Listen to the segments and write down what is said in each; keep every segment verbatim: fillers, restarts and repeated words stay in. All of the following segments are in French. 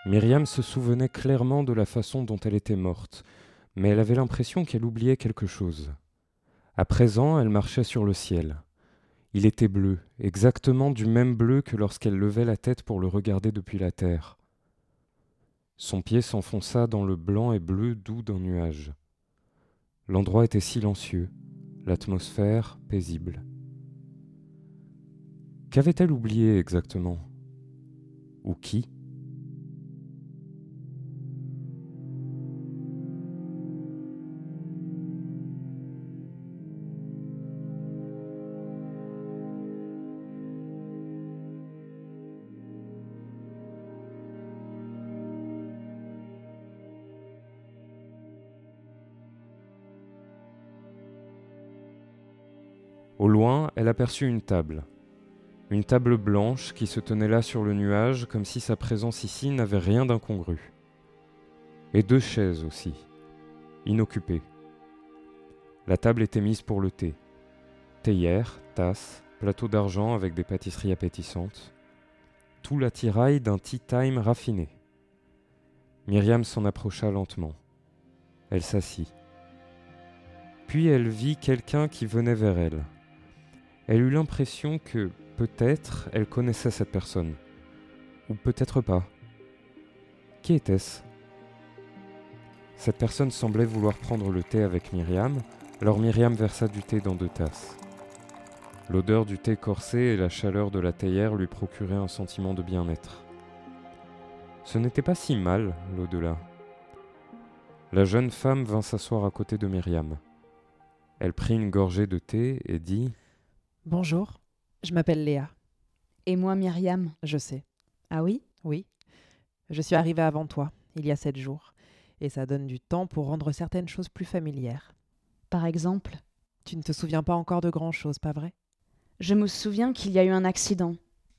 Myriam se souvenait clairement de la façon dont elle était morte, mais elle avait l'impression qu'elle oubliait quelque chose. À présent, elle marchait sur le ciel. Il était bleu, exactement du même bleu que lorsqu'elle levait la tête pour le regarder depuis la terre. Son pied s'enfonça dans le blanc et bleu doux d'un nuage. L'endroit était silencieux, l'atmosphère paisible. Qu'avait-elle oublié exactement? Ou qui? Au loin, elle aperçut une table. Une table blanche qui se tenait là sur le nuage comme si sa présence ici n'avait rien d'incongru. Et deux chaises aussi, inoccupées. La table était mise pour le thé. Théière, tasse, plateau d'argent avec des pâtisseries appétissantes. Tout l'attirail d'un tea time raffiné. Myriam s'en approcha lentement. Elle s'assit. Puis elle vit quelqu'un qui venait vers elle. Elle eut l'impression que, peut-être, elle connaissait cette personne. Ou peut-être pas. Qui était-ce? Cette personne semblait vouloir prendre le thé avec Myriam, alors Myriam versa du thé dans deux tasses. L'odeur du thé corsé et la chaleur de la théière lui procuraient un sentiment de bien-être. Ce n'était pas si mal, l'au-delà. La jeune femme vint s'asseoir à côté de Myriam. Elle prit une gorgée de thé et dit « Bonjour, je m'appelle Léa. » Et moi, Myriam. Je sais. Ah oui? Oui. Je suis arrivée avant toi, il y a sept jours. Et ça donne du temps pour rendre certaines choses plus familières. Par exemple? Tu ne te souviens pas encore de grand-chose, pas vrai? Je me souviens qu'il y a eu un accident.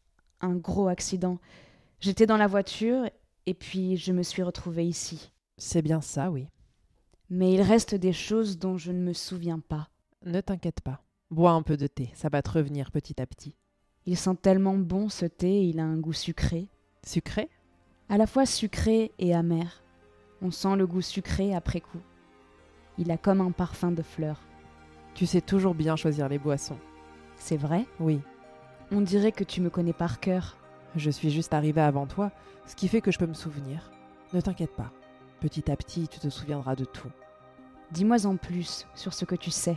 Un gros accident. J'étais dans la voiture et puis je me suis retrouvée ici. C'est bien ça, oui. Mais il reste des choses dont je ne me souviens pas. Ne t'inquiète pas. Bois un peu de thé, ça va te revenir petit à petit. Il sent tellement bon ce thé, il a un goût sucré. Sucré? À la fois sucré et amer. On sent le goût sucré après coup. Il a comme un parfum de fleurs. Tu sais toujours bien choisir les boissons. C'est vrai? Oui. On dirait que tu me connais par cœur. Je suis juste arrivée avant toi, ce qui fait que je peux me souvenir. Ne t'inquiète pas. Petit à petit, tu te souviendras de tout. Dis-moi en plus sur ce que tu sais.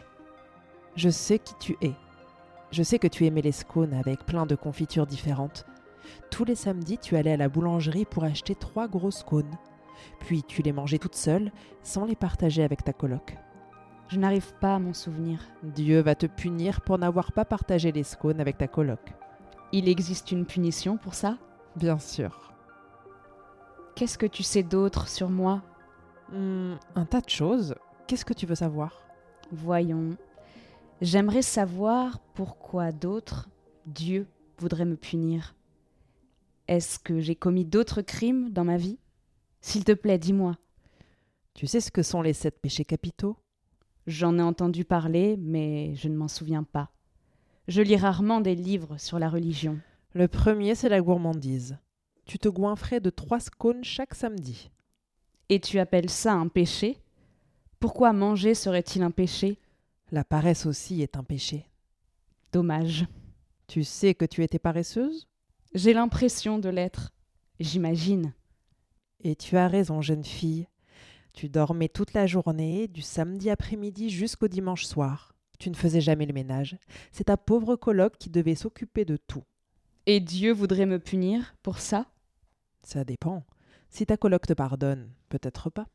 Je sais qui tu es. Je sais que tu aimais les scones avec plein de confitures différentes. Tous les samedis, tu allais à la boulangerie pour acheter trois gros scones. Puis tu les mangeais toute seule, sans les partager avec ta coloc. Je n'arrive pas à m'en souvenir. Dieu va te punir pour n'avoir pas partagé les scones avec ta coloc. Il existe une punition pour ça? Bien sûr. Qu'est-ce que tu sais d'autre sur moi? Hum, un tas de choses. Qu'est-ce que tu veux savoir? Voyons. J'aimerais savoir pourquoi d'autres, Dieu, voudraient me punir. Est-ce que j'ai commis d'autres crimes dans ma vie? S'il te plaît, dis-moi. Tu sais ce que sont les sept péchés capitaux? J'en ai entendu parler, mais je ne m'en souviens pas. Je lis rarement des livres sur la religion. Le premier, c'est la gourmandise. Tu te goinfrais de trois scones chaque samedi. Et tu appelles ça un péché? Pourquoi manger serait-il un péché? La paresse aussi est un péché. Dommage. Tu sais que tu étais paresseuse? J'ai l'impression de l'être. J'imagine. Et tu as raison, jeune fille. Tu dormais toute la journée, du samedi après-midi jusqu'au dimanche soir. Tu ne faisais jamais le ménage. C'est ta pauvre coloc qui devait s'occuper de tout. Et Dieu voudrait me punir pour ça? Ça dépend. Si ta coloc te pardonne, peut-être pas.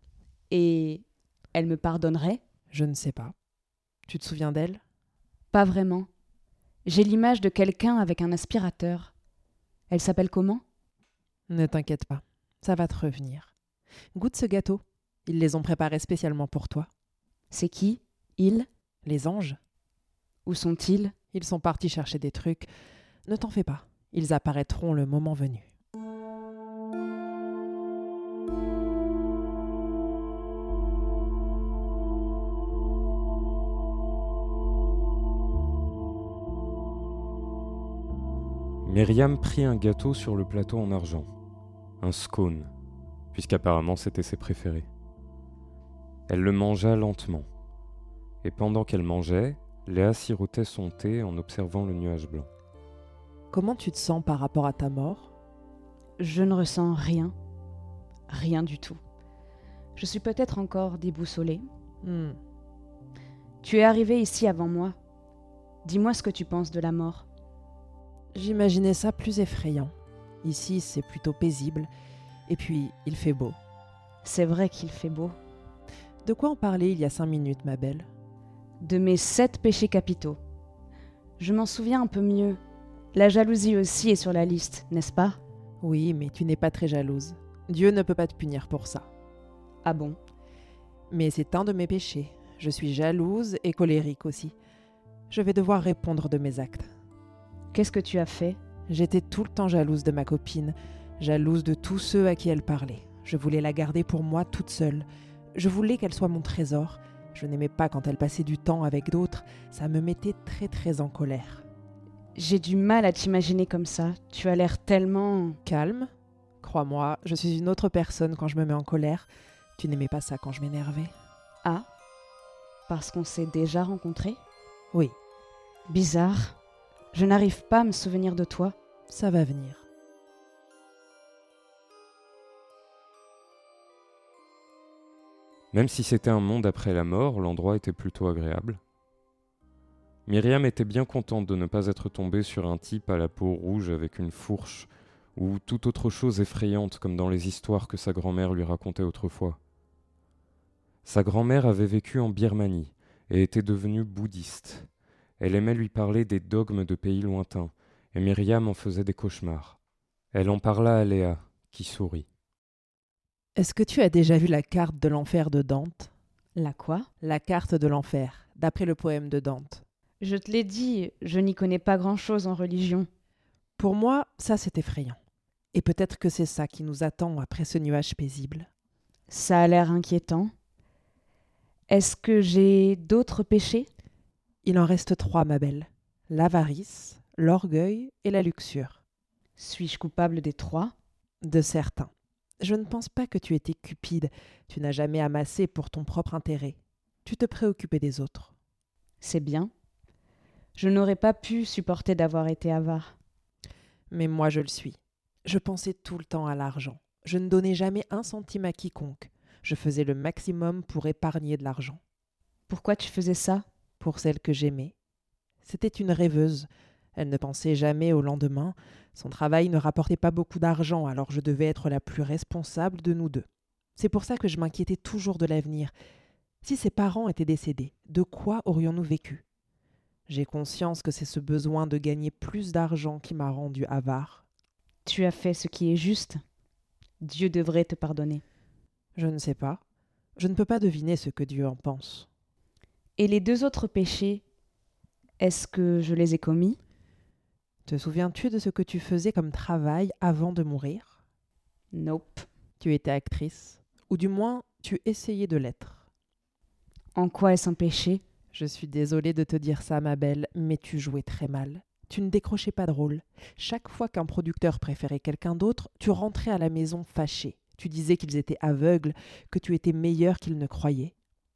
Et elle me pardonnerait? Je ne sais pas. Tu te souviens d'elle? Pas vraiment. J'ai l'image de quelqu'un avec un aspirateur. Elle s'appelle comment? Ne t'inquiète pas, ça va te revenir. Goûte ce gâteau. Ils les ont préparés spécialement pour toi. C'est qui? Ils? Les anges. Où sont-ils? Ils sont partis chercher des trucs. Ne t'en fais pas, ils apparaîtront le moment venu. Myriam prit un gâteau sur le plateau en argent. un scone, puisqu'apparemment c'était ses préférés. Elle le mangea lentement, et pendant qu'elle mangeait, Léa sirotait son thé en observant le nuage blanc. Comment tu te sens par rapport à ta mort ? Je ne ressens rien. Rien du tout. Je suis peut-être encore déboussolée. Hmm. Tu es arrivé ici avant moi. Dis-moi ce que tu penses de la mort. J'imaginais ça plus effrayant. Ici, c'est plutôt paisible. Et puis, il fait beau. C'est vrai qu'il fait beau. De quoi en parler il y a cinq minutes, ma belle ? De mes sept péchés capitaux. Je m'en souviens un peu mieux. La jalousie aussi est sur la liste, n'est-ce pas ? Oui, mais tu n'es pas très jalouse. Dieu ne peut pas te punir pour ça. Ah bon ? Mais c'est un de mes péchés. Je suis jalouse et colérique aussi. Je vais devoir répondre de mes actes. Qu'est-ce que tu as fait ? J'étais tout le temps jalouse de ma copine, jalouse de tous ceux à qui elle parlait. Je voulais la garder pour moi toute seule. Je voulais qu'elle soit mon trésor. Je n'aimais pas quand elle passait du temps avec d'autres. Ça me mettait très très en colère. J'ai du mal à t'imaginer comme ça. Tu as l'air tellement... Calme. Crois-moi, je suis une autre personne quand je me mets en colère. Tu n'aimais pas ça quand je m'énervais ? Ah ? Parce qu'on s'est déjà rencontrés ? Oui, Bizarre. Je n'arrive pas à me souvenir de toi. ça va venir. Même si c'était un monde après la mort, l'endroit était plutôt agréable. Myriam était bien contente de ne pas être tombée sur un type à la peau rouge avec une fourche, ou toute autre chose effrayante comme dans les histoires que sa grand-mère lui racontait autrefois. Sa grand-mère avait vécu en Birmanie et était devenue bouddhiste. Elle aimait lui parler des dogmes de pays lointains, et Myriam en faisait des cauchemars. Elle en parla à Léa, qui sourit. Est-ce que tu as déjà vu la carte de l'enfer de Dante ? La quoi ? La carte de l'enfer, d'après le poème de Dante. Je te l'ai dit, je n'y connais pas grand-chose en religion. Pour moi, ça c'est effrayant. Et peut-être que c'est ça qui nous attend après ce nuage paisible. Ça a l'air inquiétant. Est-ce que j'ai d'autres péchés ? Il en reste trois, ma belle. L'avarice, l'orgueil et la luxure. Suis-je coupable des trois ? De certains. Je ne pense pas que tu étais cupide. Tu n'as jamais amassé pour ton propre intérêt. Tu te préoccupais des autres. C'est bien. Je n'aurais pas pu supporter d'avoir été avare. Mais moi, je le suis. Je pensais tout le temps à l'argent. Je ne donnais jamais un centime à quiconque. Je faisais le maximum pour épargner de l'argent. Pourquoi tu faisais ça ? Pour celle que j'aimais. C'était une rêveuse. Elle ne pensait jamais au lendemain. Son travail ne rapportait pas beaucoup d'argent, alors je devais être la plus responsable de nous deux. C'est pour ça que je m'inquiétais toujours de l'avenir. Si ses parents étaient décédés, de quoi aurions-nous vécu ? J'ai conscience que c'est ce besoin de gagner plus d'argent qui m'a rendu avare. Tu as fait ce qui est juste. Dieu devrait te pardonner. Je ne sais pas. Je ne peux pas deviner ce que Dieu en pense. Et les deux autres péchés, est-ce que je les ai commis ? Te souviens-tu de ce que tu faisais comme travail avant de mourir ? Nope. Tu étais actrice, ou du moins tu essayais de l'être. En quoi est-ce un péché ? Je suis désolée de te dire ça, ma belle, mais tu jouais très mal. Tu ne décrochais pas de rôle. Chaque fois qu'un producteur préférait quelqu'un d'autre, tu rentrais à la maison fâchée. Tu disais qu'ils étaient aveugles, que tu étais meilleure qu'ils ne croyaient.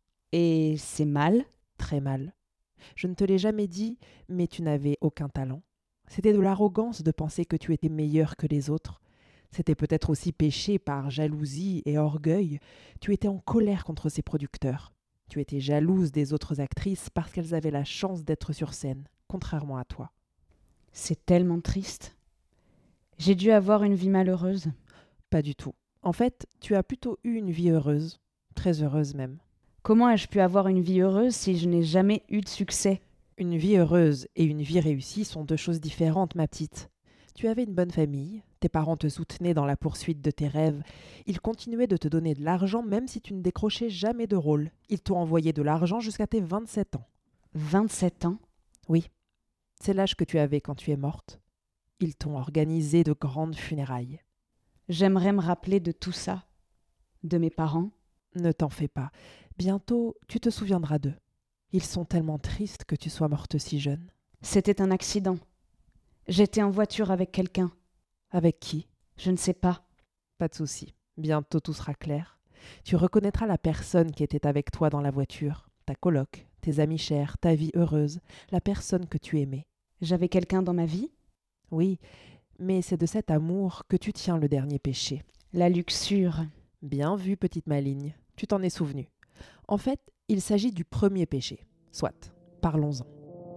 Et c'est mal ? Très mal. Je ne te l'ai jamais dit, mais tu n'avais aucun talent. C'était de l'arrogance de penser que tu étais meilleure que les autres. C'était peut-être aussi péché par jalousie et orgueil. Tu étais en colère contre ces producteurs. Tu étais jalouse des autres actrices parce qu'elles avaient la chance d'être sur scène, contrairement à toi. C'est tellement triste. J'ai dû avoir une vie malheureuse. Pas du tout. En fait, tu as plutôt eu une vie heureuse, très heureuse même. Comment ai-je pu avoir une vie heureuse si je n'ai jamais eu de succès ? Une vie heureuse et une vie réussie sont deux choses différentes, ma petite. Tu avais une bonne famille, tes parents te soutenaient dans la poursuite de tes rêves, ils continuaient de te donner de l'argent même si tu ne décrochais jamais de rôle. Ils t'ont envoyé de l'argent jusqu'à tes vingt-sept ans. vingt-sept ans ? Oui, c'est l'âge que tu avais quand tu es morte. Ils t'ont organisé de grandes funérailles. J'aimerais me rappeler de tout ça, de mes parents. Ne t'en fais pas, bientôt tu te souviendras d'eux. Ils sont tellement tristes que tu sois morte si jeune. C'était un accident. J'étais en voiture avec quelqu'un. Avec qui ? Je ne sais pas. Pas de souci. Bientôt tout sera clair. Tu reconnaîtras la personne qui était avec toi dans la voiture, ta coloc, tes amis chers, ta vie heureuse, la personne que tu aimais. J'avais quelqu'un dans ma vie? Oui, mais c'est de cet amour que tu tiens le dernier péché. La luxure. Bien vu, petite maligne, tu t'en es souvenu. En fait, il s'agit du premier péché. Soit, parlons-en.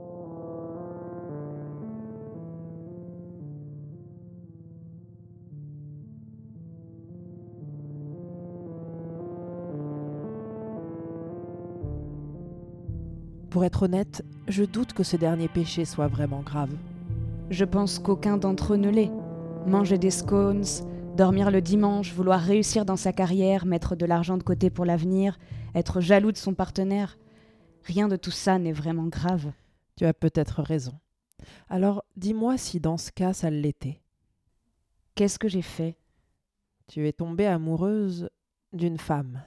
Pour être honnête, je doute que ce dernier péché soit vraiment grave. Je pense qu'aucun d'entre eux ne l'est. Manger des scones, dormir le dimanche, vouloir réussir dans sa carrière, mettre de l'argent de côté pour l'avenir, être jaloux de son partenaire. Rien de tout ça n'est vraiment grave. Tu as peut-être raison. Alors, dis-moi si dans ce cas ça l'était. Qu'est-ce que j'ai fait? Tu es tombée amoureuse d'une femme.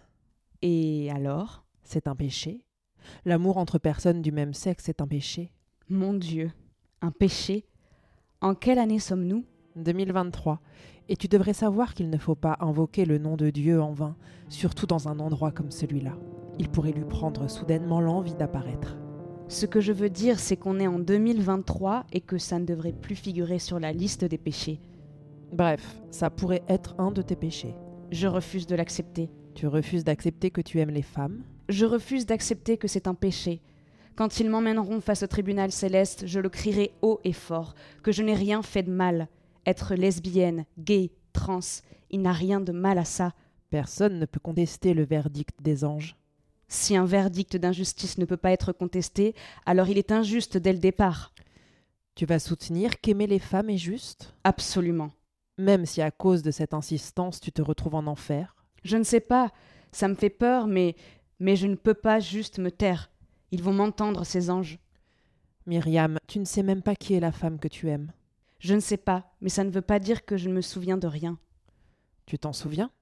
Et alors? C'est un péché. L'amour entre personnes du même sexe est un péché. Mon Dieu, un péché? En quelle année sommes-nous? deux mille vingt-trois. Et tu devrais savoir qu'il ne faut pas invoquer le nom de Dieu en vain, surtout dans un endroit comme celui-là. Il pourrait lui prendre soudainement l'envie d'apparaître. Ce que je veux dire, c'est qu'on est en deux mille vingt-trois et que ça ne devrait plus figurer sur la liste des péchés. Bref, ça pourrait être un de tes péchés. Je refuse de l'accepter. Tu refuses d'accepter que tu aimes les femmes? Je refuse d'accepter que c'est un péché. Quand ils m'emmèneront face au tribunal céleste, je le crierai haut et fort, que je n'ai rien fait de mal. Être lesbienne, gay, trans, il n'a rien de mal à ça. Personne ne peut contester le verdict des anges. Si un verdict d'injustice ne peut pas être contesté, alors il est injuste dès le départ. Tu vas soutenir qu'aimer les femmes est juste? Absolument. Même si à cause de cette insistance tu te retrouves en enfer? Je ne sais pas, ça me fait peur, mais, mais je ne peux pas juste me taire. Ils vont m'entendre, ces anges. Myriam, tu ne sais même pas qui est la femme que tu aimes. Je ne sais pas, mais ça ne veut pas dire que je ne me souviens de rien. Tu t'en souviens?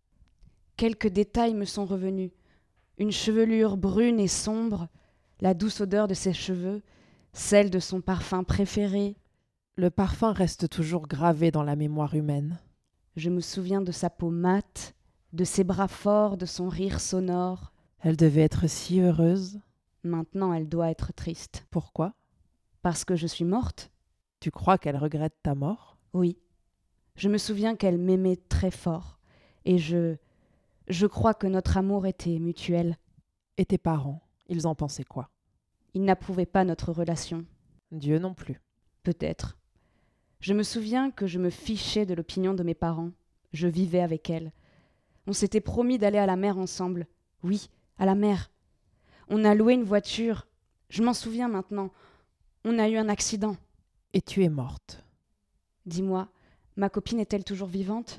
Quelques détails me sont revenus. Une chevelure brune et sombre, la douce odeur de ses cheveux, celle de son parfum préféré. Le parfum reste toujours gravé dans la mémoire humaine. Je me souviens de sa peau mate, de ses bras forts, de son rire sonore. Elle devait être si heureuse. Maintenant, elle doit être triste. Pourquoi? Parce que je suis morte? Tu crois qu'elle regrette ta mort? Oui. Je me souviens qu'elle m'aimait très fort. Et je... Je crois que notre amour était mutuel. Et tes parents, ils en pensaient quoi? Ils n'approuvaient pas notre relation. Dieu non plus. Peut-être. Je me souviens que je me fichais de l'opinion de mes parents. Je vivais avec elle. On s'était promis d'aller à la mer ensemble. Oui, à la mer. On a loué une voiture. Je m'en souviens maintenant. On a eu un accident. Et tu es morte. Dis-moi, ma copine est-elle toujours vivante?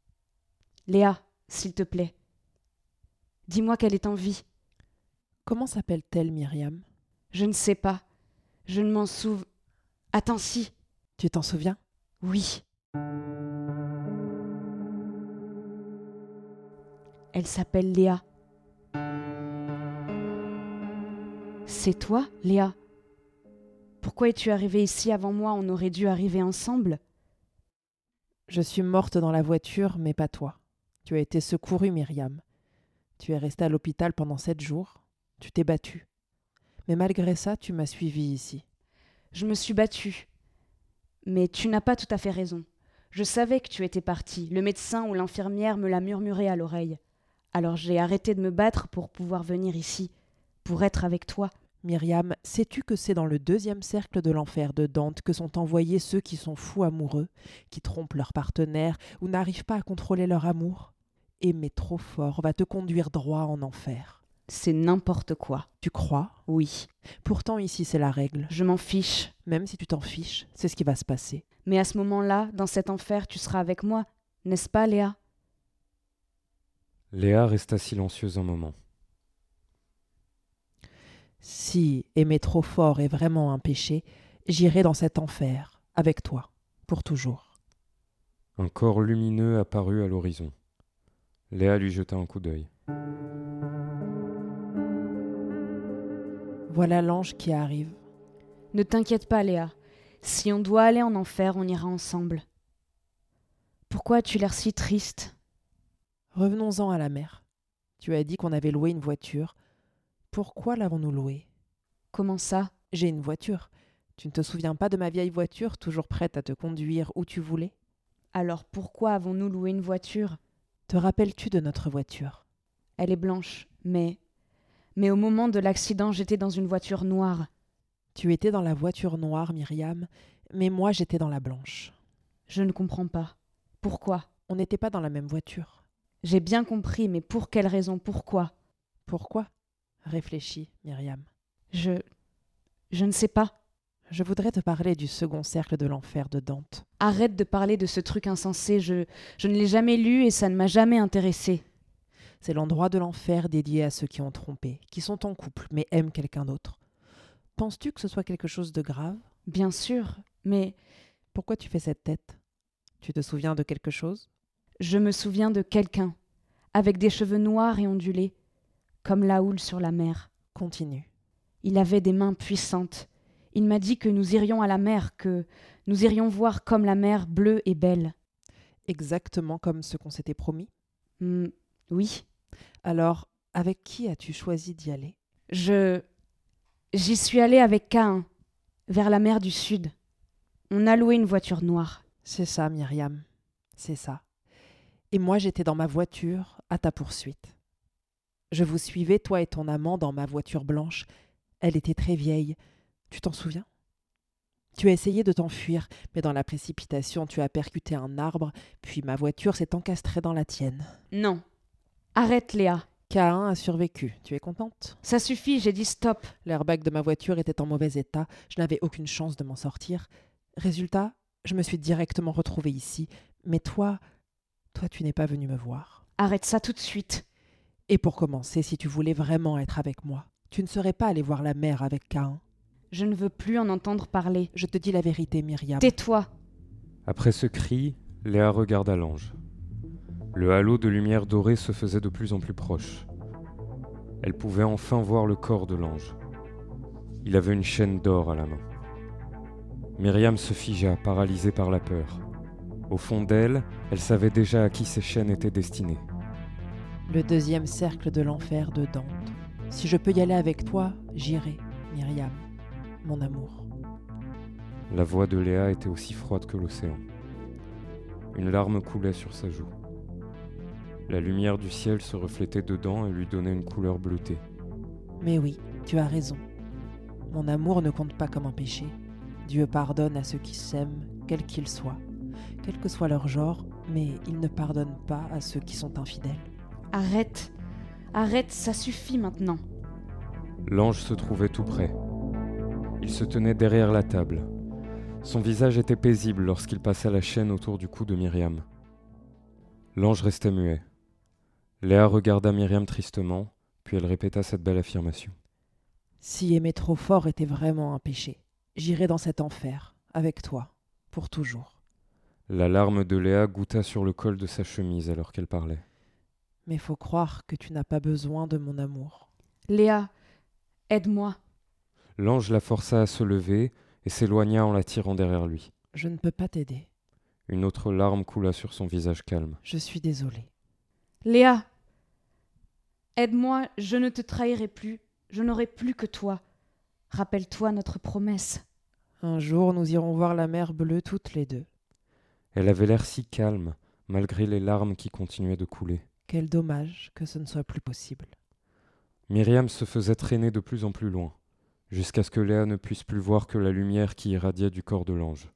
Léa, s'il te plaît. Dis-moi qu'elle est en vie. Comment s'appelle-t-elle, Myriam? Je ne sais pas. Je ne m'en souviens... Attends, si. Tu t'en souviens? Oui. Elle s'appelle Léa. C'est toi, Léa? Pourquoi es-tu arrivée ici avant moi? On aurait dû arriver ensemble. Je suis morte dans la voiture, mais pas toi. Tu as été secourue, Myriam. Tu es restée à l'hôpital pendant sept jours. Tu t'es battue. Mais malgré ça, tu m'as suivie ici. Je me suis battue. Mais tu n'as pas tout à fait raison. Je savais que tu étais partie. Le médecin ou l'infirmière me l'a murmuré à l'oreille. Alors j'ai arrêté de me battre pour pouvoir venir ici, pour être avec toi. Myriam, sais-tu que c'est dans le deuxième cercle de l'enfer de Dante que sont envoyés ceux qui sont fous amoureux, qui trompent leur partenaire ou n'arrivent pas à contrôler leur amour? Aimer trop fort va te conduire droit en enfer. C'est n'importe quoi. Tu crois? Oui. Pourtant ici c'est la règle. Je m'en fiche. Même si tu t'en fiches, c'est ce qui va se passer. Mais à ce moment-là, dans cet enfer, tu seras avec moi, n'est-ce pas, Léa? Léa resta silencieuse un moment. Si aimer trop fort est vraiment un péché, j'irai dans cet enfer, avec toi, pour toujours. Un corps lumineux apparut à l'horizon. Léa lui jeta un coup d'œil. Voilà l'ange qui arrive. Ne t'inquiète pas, Léa. Si on doit aller en enfer, on ira ensemble. Pourquoi as-tu l'air si triste ? Revenons-en à la mer. Tu as dit qu'on avait loué une voiture. Pourquoi l'avons-nous louée ? Comment ça ? J'ai une voiture. Tu ne te souviens pas de ma vieille voiture, toujours prête à te conduire où tu voulais ? Alors pourquoi avons-nous loué une voiture ? Te rappelles-tu de notre voiture ? Elle est blanche, mais... Mais au moment de l'accident, j'étais dans une voiture noire. Tu étais dans la voiture noire, Myriam, mais moi j'étais dans la blanche. Je ne comprends pas. Pourquoi ? On n'était pas dans la même voiture. J'ai bien compris, mais pour quelle raison ? Pourquoi ? Pourquoi ? Réfléchis, Myriam. Je... Je ne sais pas. Je voudrais te parler du second cercle de l'enfer de Dante. Arrête de parler de ce truc insensé, je, je ne l'ai jamais lu et ça ne m'a jamais intéressée. C'est l'endroit de l'enfer dédié à ceux qui ont trompé, qui sont en couple mais aiment quelqu'un d'autre. Penses-tu que ce soit quelque chose de grave ? Bien sûr, mais... Pourquoi tu fais cette tête ? Tu te souviens de quelque chose ? Je me souviens de quelqu'un, avec des cheveux noirs et ondulés, comme la houle sur la mer. Continue. Il avait des mains puissantes. Il m'a dit que nous irions à la mer, que nous irions voir comme la mer bleue et belle. Exactement comme ce qu'on s'était promis ? Hmm, oui. Alors, avec qui as-tu choisi d'y aller ? Je... J'y suis allée avec Caïn, vers la mer du Sud. On a loué une voiture noire. C'est ça, Myriam. C'est ça. Et moi, j'étais dans ma voiture, à ta poursuite. Je vous suivais, toi et ton amant, dans ma voiture blanche. Elle était très vieille. Tu t'en souviens ? Tu as essayé de t'enfuir, mais dans la précipitation, tu as percuté un arbre, puis ma voiture s'est encastrée dans la tienne. Non. Arrête, Léa. Caïn a survécu. Tu es contente ? Ça suffit, j'ai dit stop. L'airbag de ma voiture était en mauvais état. Je n'avais aucune chance de m'en sortir. Résultat, je me suis directement retrouvée ici. Mais toi, toi, tu n'es pas venu me voir. Arrête ça tout de suite. Et pour commencer, si tu voulais vraiment être avec moi, tu ne serais pas allé voir la mer avec Caïn. Je ne veux plus en entendre parler. Je te dis la vérité, Myriam. Tais-toi. Après ce cri, Léa regarda l'ange. Le halo de lumière dorée se faisait de plus en plus proche. Elle pouvait enfin voir le corps de l'ange. Il avait une chaîne d'or à la main. Myriam se figea, paralysée par la peur. Au fond d'elle, elle savait déjà à qui ces chaînes étaient destinées. Le deuxième cercle de l'enfer de Dante. Si je peux y aller avec toi, j'irai, Myriam, mon amour. La voix de Léa était aussi froide que l'océan. Une larme coulait sur sa joue. La lumière du ciel se reflétait dedans et lui donnait une couleur bleutée. Mais oui, tu as raison. Mon amour ne compte pas comme un péché. Dieu pardonne à ceux qui s'aiment, quels qu'ils soient, quel que soit leur genre, mais il ne pardonne pas à ceux qui sont infidèles. Arrête. Arrête, ça suffit maintenant. L'ange se trouvait tout près. Il se tenait derrière la table. Son visage était paisible lorsqu'il passa la chaîne autour du cou de Myriam. L'ange restait muet. Léa regarda Myriam tristement, puis elle répéta cette belle affirmation. Si aimer trop fort était vraiment un péché, j'irai dans cet enfer, avec toi, pour toujours. La larme de Léa goûta sur le col de sa chemise alors qu'elle parlait. Mais faut croire que tu n'as pas besoin de mon amour. Léa, aide-moi. L'ange la força à se lever et s'éloigna en la tirant derrière lui. Je ne peux pas t'aider. Une autre larme coula sur son visage calme. Je suis désolée. Léa, aide-moi, je ne te trahirai plus, je n'aurai plus que toi. Rappelle-toi notre promesse. Un jour, nous irons voir la mer bleue toutes les deux. Elle avait l'air si calme, malgré les larmes qui continuaient de couler. Quel dommage que ce ne soit plus possible. Myriam se faisait traîner de plus en plus loin, jusqu'à ce que Léa ne puisse plus voir que la lumière qui irradiait du corps de l'ange.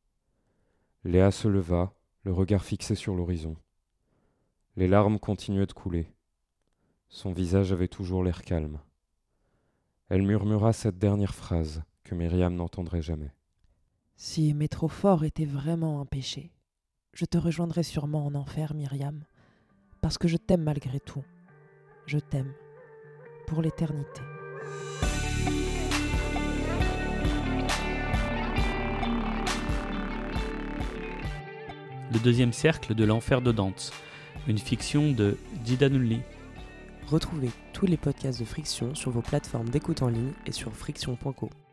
Léa se leva, le regard fixé sur l'horizon. Les larmes continuaient de couler. Son visage avait toujours l'air calme. Elle murmura cette dernière phrase que Myriam n'entendrait jamais. Si aimer trop fort était vraiment un péché, je te rejoindrais sûrement en enfer, Myriam, parce que je t'aime malgré tout. Je t'aime pour l'éternité. Le deuxième cercle de l'enfer de Dante, une fiction de Dida Nunli. Retrouvez tous les podcasts de Friction sur vos plateformes d'écoute en ligne et sur friction point co.